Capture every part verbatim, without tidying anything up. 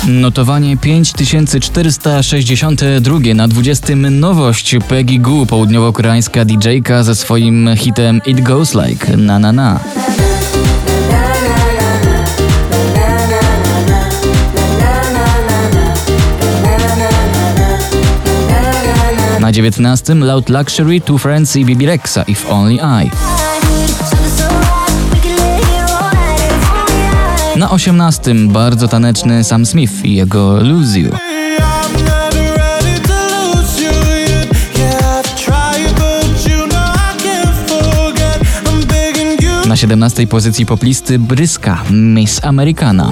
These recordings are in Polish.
Notowanie pięć tysięcy czterysta sześćdziesiąte dwa. Na dwudziestym nowość Peggy Gou, południowo-koreańska didżejka ze swoim hitem It Goes Like Na Na Na. Na dziewiętnastym Loud Luxury, Two Friends i Bebe Rexha If Only I. Na osiemnastym bardzo taneczny Sam Smith i jego Lose You. Na siedemnastej pozycji poplisty Bryska, Miss Americana.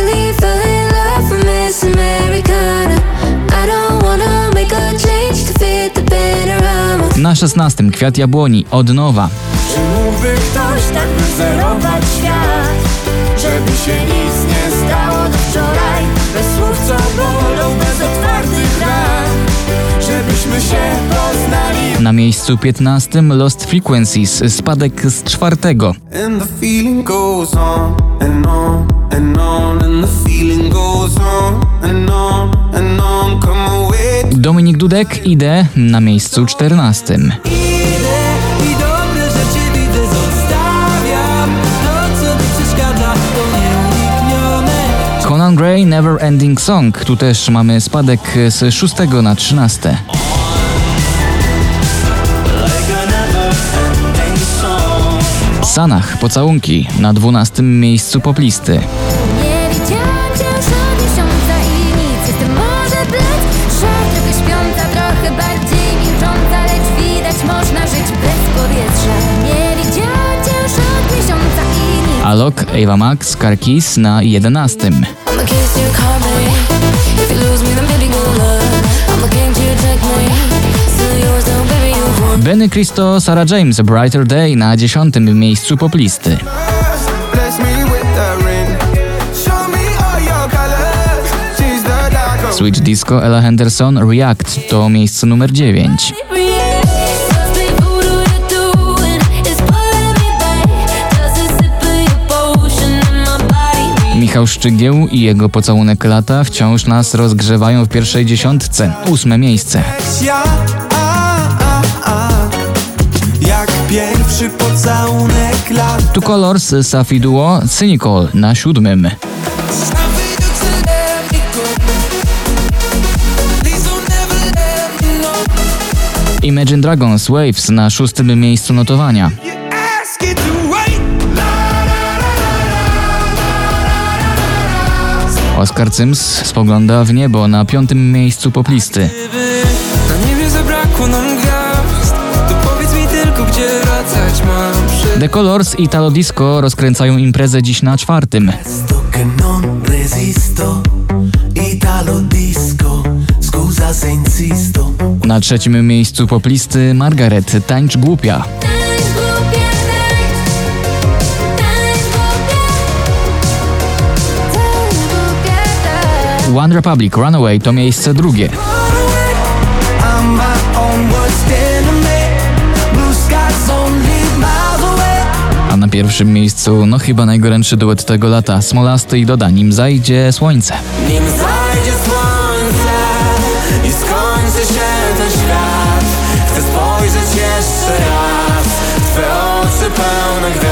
Na szesnastym Kwiat Jabłoni, Od Nowa. Czy mógłby ktoś tak wyzerować świat, żeby się nic nie stało do wczoraj, bez słów co bolą, bez otwartych ran, żebyśmy się poznali. Na miejscu piętnastym Lost Frequencies, spadek z czwartego. And the feeling goes on and on and on and the feeling goes on and on and on, come away. Dominik Dudek, Idę na miejscu czternastym. Conan Gray, Never Ending Song. Tu też mamy spadek z szóstego na trzynaste. Sanach, Pocałunki na dwunastym miejscu poplisty. Alok, Ava Max, Car Keys na jedenastym. Benny Cristo, Sarah James, Brighter Day na dziesiątym miejscu poplisty. Switch Disco, Ella Henderson, React to miejsce numer dziewięć. Michał Szczygieł i jego Pocałunek lata wciąż nas rozgrzewają w pierwszej dziesiątce. Ósme miejsce. Jak pierwszy pocałunek lat. Two Colors, Safi Duo, Cynical na siódmym. Imagine Dragons, Waves na szóstym miejscu notowania. Oskar Cyms spogląda w niebo na piątym miejscu poplisty. Na niebie zabrakło nam gwiazd, to powiedz mi tylko, gdzie wracać mam. The Colors i Italo Disco rozkręcają imprezę dziś na czwartym. Na trzecim miejscu poplisty Margaret, Tańcz Głupia. One Republic, Runaway to miejsce drugie. A na pierwszym miejscu, no chyba najgorętszy duet tego lata, Smolasty i Doda, Nim zajdzie słońce. Nim zajdzie słońce i skończy się ten świat, chcę spojrzeć jeszcze raz w twe oczy pełne gwiazd.